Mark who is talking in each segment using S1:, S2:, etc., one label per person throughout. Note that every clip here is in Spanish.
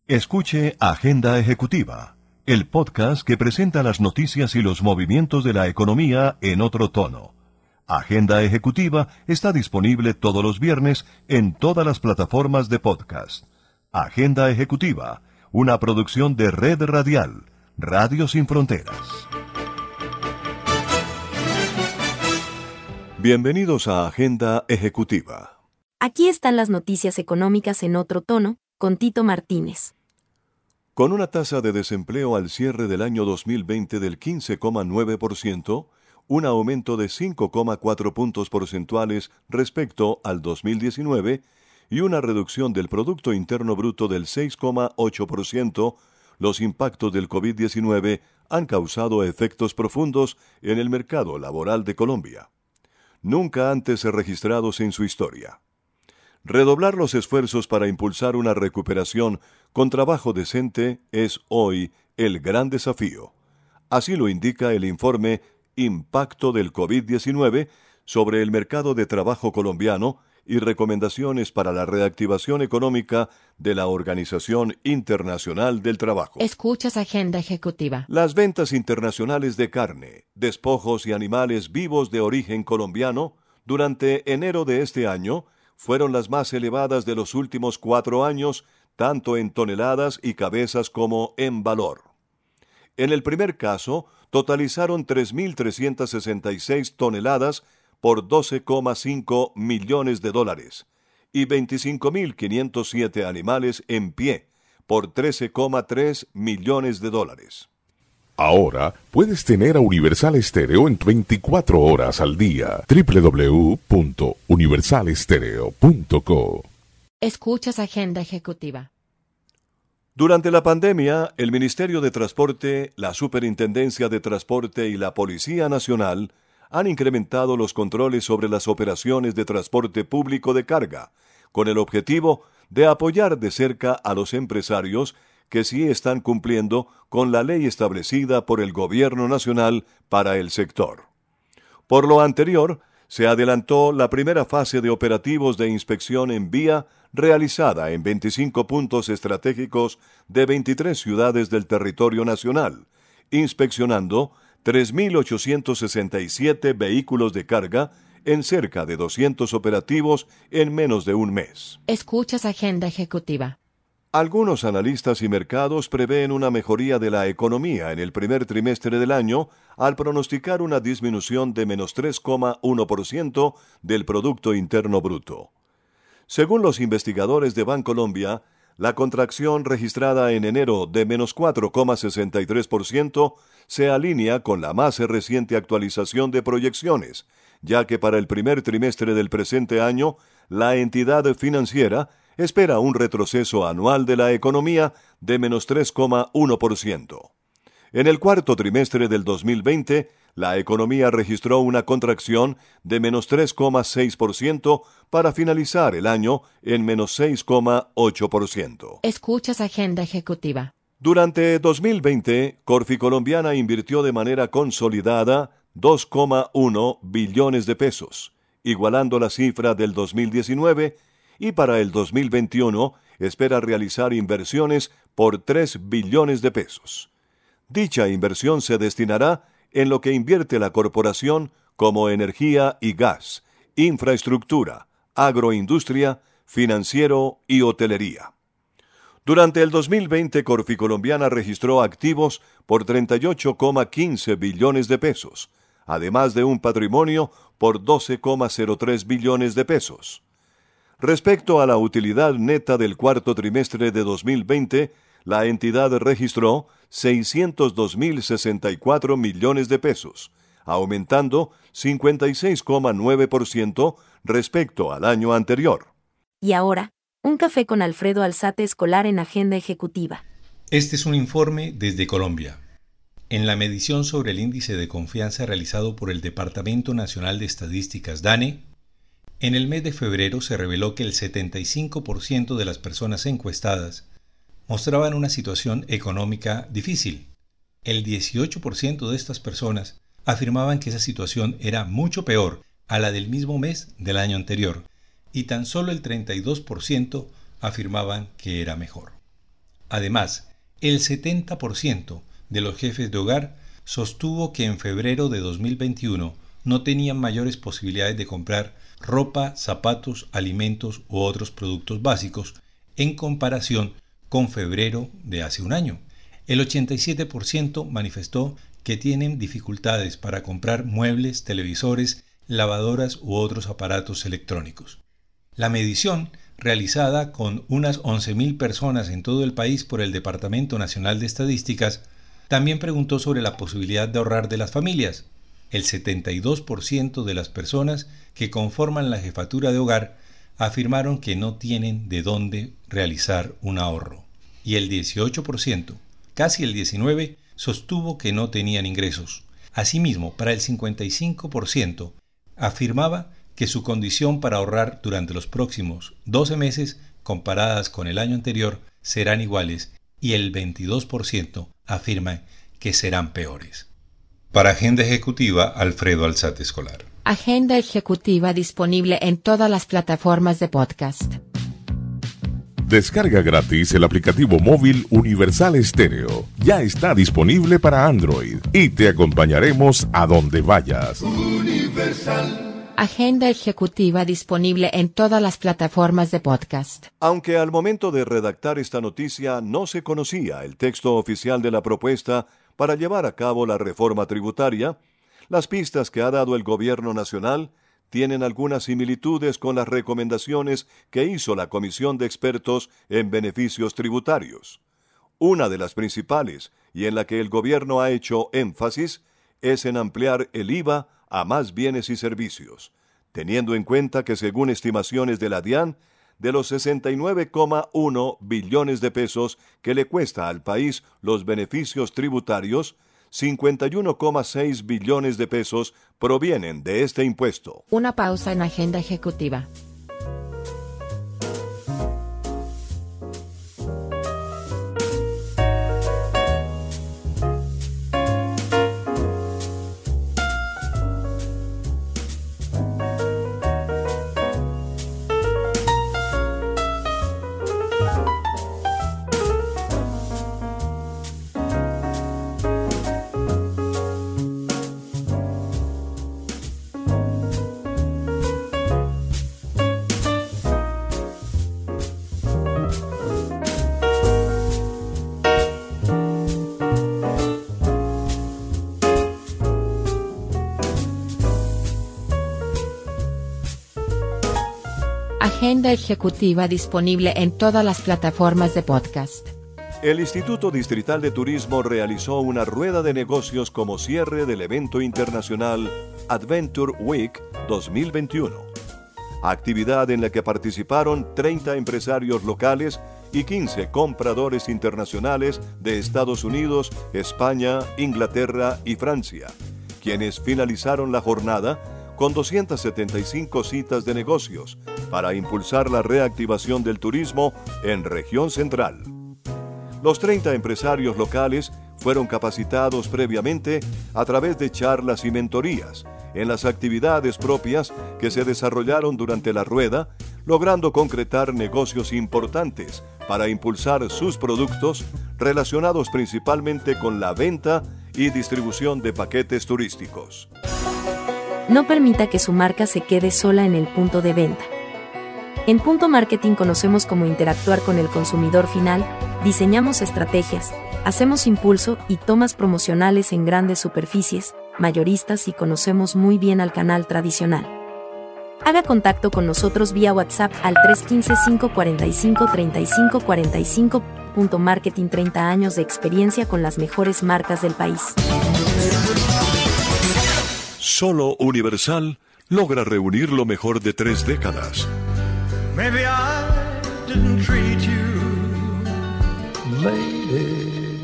S1: Escuche Agenda Ejecutiva, el podcast que presenta las noticias y los movimientos de la economía en otro tono. Agenda Ejecutiva está disponible todos los viernes en todas las plataformas de podcast. Agenda Ejecutiva, una producción de Red Radial, Radio Sin Fronteras. Bienvenidos a Agenda Ejecutiva.
S2: Aquí están las noticias económicas en otro tono, con Tito Martínez.
S1: Con una tasa de desempleo al cierre del año 2020 del 15,9%, un aumento de 5,4 puntos porcentuales respecto al 2019 y una reducción del Producto Interno Bruto del 6,8%, los impactos del COVID-19 han causado efectos profundos en el mercado laboral de Colombia, nunca antes registrados en su historia. Redoblar los esfuerzos para impulsar una recuperación con trabajo decente es hoy el gran desafío. Así lo indica el informe Impacto del COVID-19 sobre el mercado de trabajo colombiano y recomendaciones para la reactivación económica de la Organización Internacional del Trabajo.
S3: Escuchas Agenda Ejecutiva.
S1: Las ventas internacionales de carne, despojos y animales vivos de origen colombiano durante enero de este año fueron las más elevadas de los últimos 4 años, tanto en toneladas y cabezas como en valor. En el primer caso, totalizaron 3.366 toneladas por $12,5 millones y 25.507 animales en pie por $13,3 millones.
S4: Ahora puedes tener a Universal Stereo en 24 horas al día. www.universalstereo.co.
S3: Escuchas Agenda Ejecutiva.
S1: Durante la pandemia, el Ministerio de Transporte, la Superintendencia de Transporte y la Policía Nacional han incrementado los controles sobre las operaciones de transporte público de carga, con el objetivo de apoyar de cerca a los empresarios que sí están cumpliendo con la ley establecida por el Gobierno Nacional para el sector. Por lo anterior, se adelantó la primera fase de operativos de inspección en vía realizada en 25 puntos estratégicos de 23 ciudades del territorio nacional, inspeccionando 3.867 vehículos de carga en cerca de 200 operativos en menos de un mes.
S3: Escuchas Agenda Ejecutiva.
S1: Algunos analistas y mercados prevén una mejoría de la economía en el primer trimestre del año al pronosticar una disminución de menos 3,1% del Producto Interno Bruto. Según los investigadores de Bancolombia, la contracción registrada en enero de menos 4,63% se alinea con la más reciente actualización de proyecciones, ya que para el primer trimestre del presente año, la entidad financiera espera un retroceso anual de la economía de menos 3,1%. En el cuarto trimestre del 2020, la economía registró una contracción de menos 3,6% para finalizar el año en menos 6,8%.
S3: Escuchas Agenda Ejecutiva.
S1: Durante 2020, Corfi Colombiana invirtió de manera consolidada 2,1 billones de pesos, igualando la cifra del 2019, y para el 2021 espera realizar inversiones por 3 billones de pesos. Dicha inversión se destinará en lo que invierte la corporación como energía y gas, infraestructura, agroindustria, financiero y hotelería. Durante el 2020, Corfi Colombiana registró activos por 38,15 billones de pesos, además de un patrimonio por 12,03 billones de pesos. Respecto a la utilidad neta del cuarto trimestre de 2020, la entidad registró 602.064 millones de pesos, aumentando 56,9% respecto al año anterior.
S2: Y ahora, un café con Alfredo Alzate Escolar en Agenda Ejecutiva.
S5: Este es un informe desde Colombia. En la medición sobre el índice de confianza realizado por el Departamento Nacional de Estadísticas, DANE, en el mes de febrero se reveló que el 75% de las personas encuestadas mostraban una situación económica difícil. El 18% de estas personas afirmaban que esa situación era mucho peor a la del mismo mes del año anterior, y tan solo el 32% afirmaban que era mejor. Además, el 70% de los jefes de hogar sostuvo que en febrero de 2021 no tenían mayores posibilidades de comprar ropa, zapatos, alimentos u otros productos básicos en comparación con febrero de hace un año. El 87% manifestó que tienen dificultades para comprar muebles, televisores, lavadoras u otros aparatos electrónicos. La medición, realizada con unas 11.000 personas en todo el país por el Departamento Nacional de Estadísticas, también preguntó sobre la posibilidad de ahorrar de las familias. El 72% de las personas que conforman la jefatura de hogar afirmaron que no tienen de dónde realizar un ahorro. Y el 18%, casi el 19%, sostuvo que no tenían ingresos. Asimismo, para el 55% afirmaba que su condición para ahorrar durante los próximos 12 meses comparadas con el año anterior serán iguales y el 22% afirma que serán peores. Para Agenda Ejecutiva, Alfredo Alzate Escolar.
S3: Agenda Ejecutiva disponible en todas las plataformas de podcast.
S4: Descarga gratis el aplicativo móvil Universal Estéreo. Ya está disponible para Android y te acompañaremos a donde vayas.
S3: Agenda Ejecutiva disponible en todas las plataformas de podcast.
S1: Aunque al momento de redactar esta noticia no se conocía el texto oficial de la propuesta para llevar a cabo la reforma tributaria, las pistas que ha dado el Gobierno Nacional tienen algunas similitudes con las recomendaciones que hizo la Comisión de Expertos en Beneficios Tributarios. Una de las principales, y en la que el Gobierno ha hecho énfasis, es en ampliar el IVA a más bienes y servicios, teniendo en cuenta que según estimaciones de la DIAN, de los 69,1 billones de pesos que le cuesta al país los beneficios tributarios, 51,6 billones de pesos provienen de este impuesto.
S3: Una pausa en Agenda Ejecutiva. Agenda Ejecutiva disponible en todas las plataformas de podcast.
S1: El Instituto Distrital de Turismo realizó una rueda de negocios como cierre del evento internacional Adventure Week 2021, actividad en la que participaron 30 empresarios locales y 15 compradores internacionales de Estados Unidos, España, Inglaterra y Francia, quienes finalizaron la jornada con 275 citas de negocios para impulsar la reactivación del turismo en Región Central. Los 30 empresarios locales fueron capacitados previamente a través de charlas y mentorías en las actividades propias que se desarrollaron durante la rueda, logrando concretar negocios importantes para impulsar sus productos relacionados principalmente con la venta y distribución de paquetes turísticos.
S2: No permita que su marca se quede sola en el punto de venta. En Punto Marketing conocemos cómo interactuar con el consumidor final, diseñamos estrategias, hacemos impulso y tomas promocionales en grandes superficies, mayoristas y conocemos muy bien al canal tradicional. Haga contacto con nosotros vía WhatsApp al 315-545-3545. Punto Marketing, 30 años de experiencia con las mejores marcas del país.
S1: Solo Universal logra reunir lo mejor de 3 décadas.
S6: Maybe I didn't treat you, lady.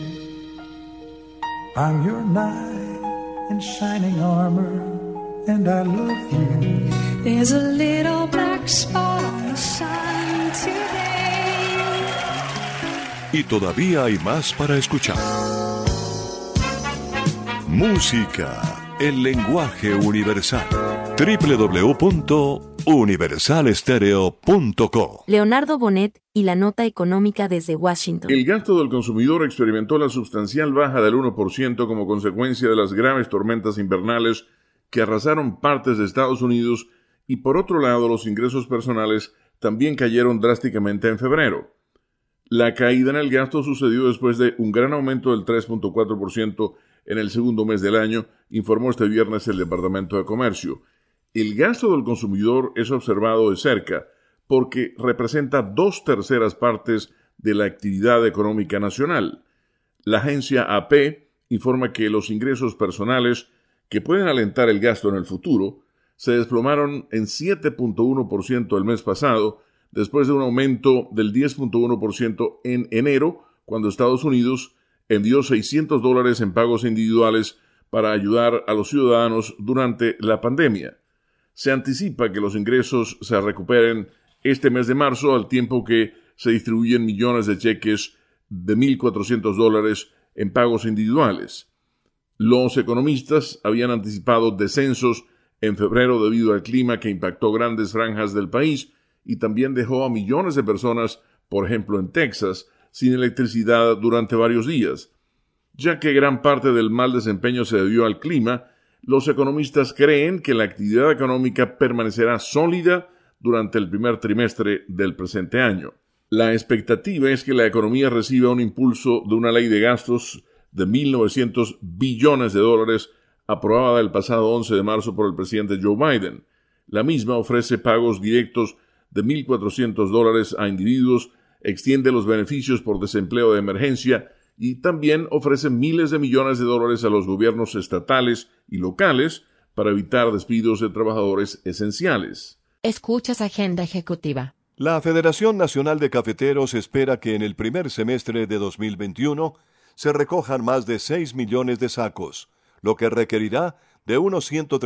S6: I'm your knight in shining armor, and I love you.
S7: There's a little black spot on the sun today.
S1: Y todavía hay más para escuchar. Música, el lenguaje universal. www.universal.com universalstereo.co.
S2: Leonardo Bonet y la nota económica desde Washington.
S8: El gasto del consumidor experimentó la sustancial baja del 1% como consecuencia de las graves tormentas invernales que arrasaron partes de Estados Unidos, y por otro lado los ingresos personales también cayeron drásticamente en febrero. La caída en el gasto sucedió después de un gran aumento del 3.4% en el segundo mes del año, informó este viernes el Departamento de Comercio. El gasto del consumidor es observado de cerca porque representa 2/3 partes de la actividad económica nacional. La agencia AP informa que los ingresos personales, que pueden alentar el gasto en el futuro, se desplomaron en 7.1% el mes pasado, después de un aumento del 10.1% en enero, cuando Estados Unidos envió $600 en pagos individuales para ayudar a los ciudadanos durante la pandemia. Se anticipa que los ingresos se recuperen este mes de marzo, al tiempo que se distribuyen millones de cheques de $1.400 en pagos individuales. Los economistas habían anticipado descensos en febrero debido al clima que impactó grandes franjas del país y también dejó a millones de personas, por ejemplo en Texas, sin electricidad durante varios días. Ya que gran parte del mal desempeño se debió al clima, los economistas creen que la actividad económica permanecerá sólida durante el primer trimestre del presente año. La expectativa es que la economía reciba un impulso de una ley de gastos de $1.900 billones aprobada el pasado 11 de marzo por el presidente Joe Biden. La misma ofrece pagos directos de $1.400 a individuos, extiende los beneficios por desempleo de emergencia y también ofrece miles de millones de dólares a los gobiernos estatales y locales para evitar despidos de trabajadores esenciales.
S3: Escuchas Agenda Ejecutiva.
S1: La Federación Nacional de Cafeteros espera que en el primer semestre de 2021 se recojan más de 6 millones de sacos, lo que requerirá de unos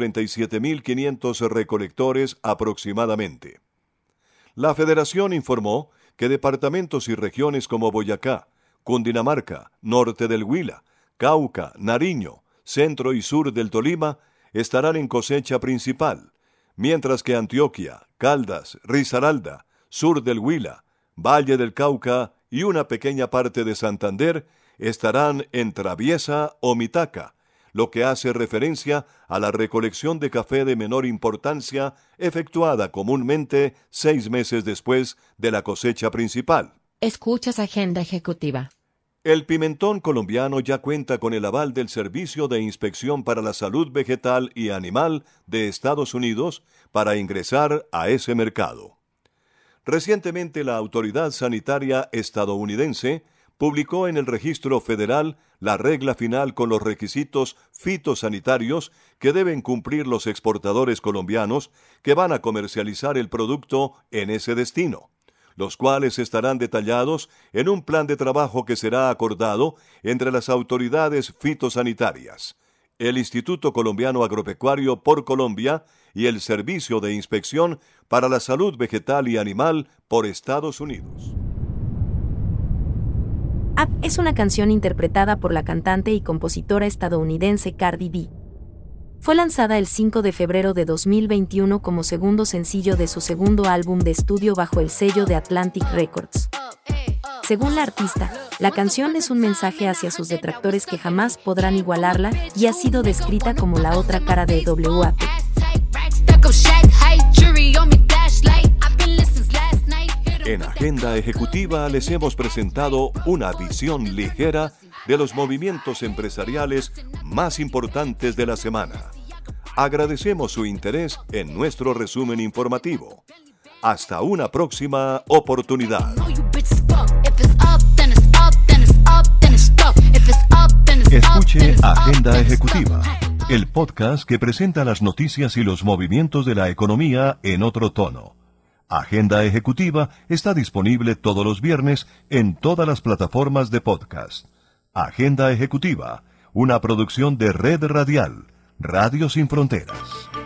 S1: 137.500 recolectores aproximadamente. La Federación informó que departamentos y regiones como Boyacá, Cundinamarca, norte del Huila, Cauca, Nariño, centro y sur del Tolima estarán en cosecha principal, mientras que Antioquia, Caldas, Risaralda, sur del Huila, Valle del Cauca y una pequeña parte de Santander estarán en traviesa o mitaca, lo que hace referencia a la recolección de café de menor importancia efectuada comúnmente 6 meses después de la cosecha principal.
S3: Escuchas Agenda Ejecutiva.
S1: El pimentón colombiano ya cuenta con el aval del Servicio de Inspección para la Salud Vegetal y Animal de Estados Unidos para ingresar a ese mercado. Recientemente la Autoridad Sanitaria estadounidense publicó en el Registro Federal la regla final con los requisitos fitosanitarios que deben cumplir los exportadores colombianos que van a comercializar el producto en ese destino, los cuales estarán detallados en un plan de trabajo que será acordado entre las autoridades fitosanitarias, el Instituto Colombiano Agropecuario por Colombia y el Servicio de Inspección para la Salud Vegetal y Animal por Estados Unidos.
S2: Up es una canción interpretada por la cantante y compositora estadounidense Cardi B. Fue lanzada el 5 de febrero de 2021 como segundo sencillo de su segundo álbum de estudio bajo el sello de Atlantic Records. Según la artista, la canción es un mensaje hacia sus detractores que jamás podrán igualarla y ha sido descrita como la otra cara de WAP.
S1: En Agenda Ejecutiva les hemos presentado una visión ligera de los movimientos empresariales más importantes de la semana. Agradecemos su interés en nuestro resumen informativo. Hasta una próxima oportunidad. Escuche Agenda Ejecutiva, el podcast que presenta las noticias y los movimientos de la economía en otro tono. Agenda Ejecutiva está disponible todos los viernes en todas las plataformas de podcast. Agenda Ejecutiva, una producción de Red Radial, Radio Sin Fronteras.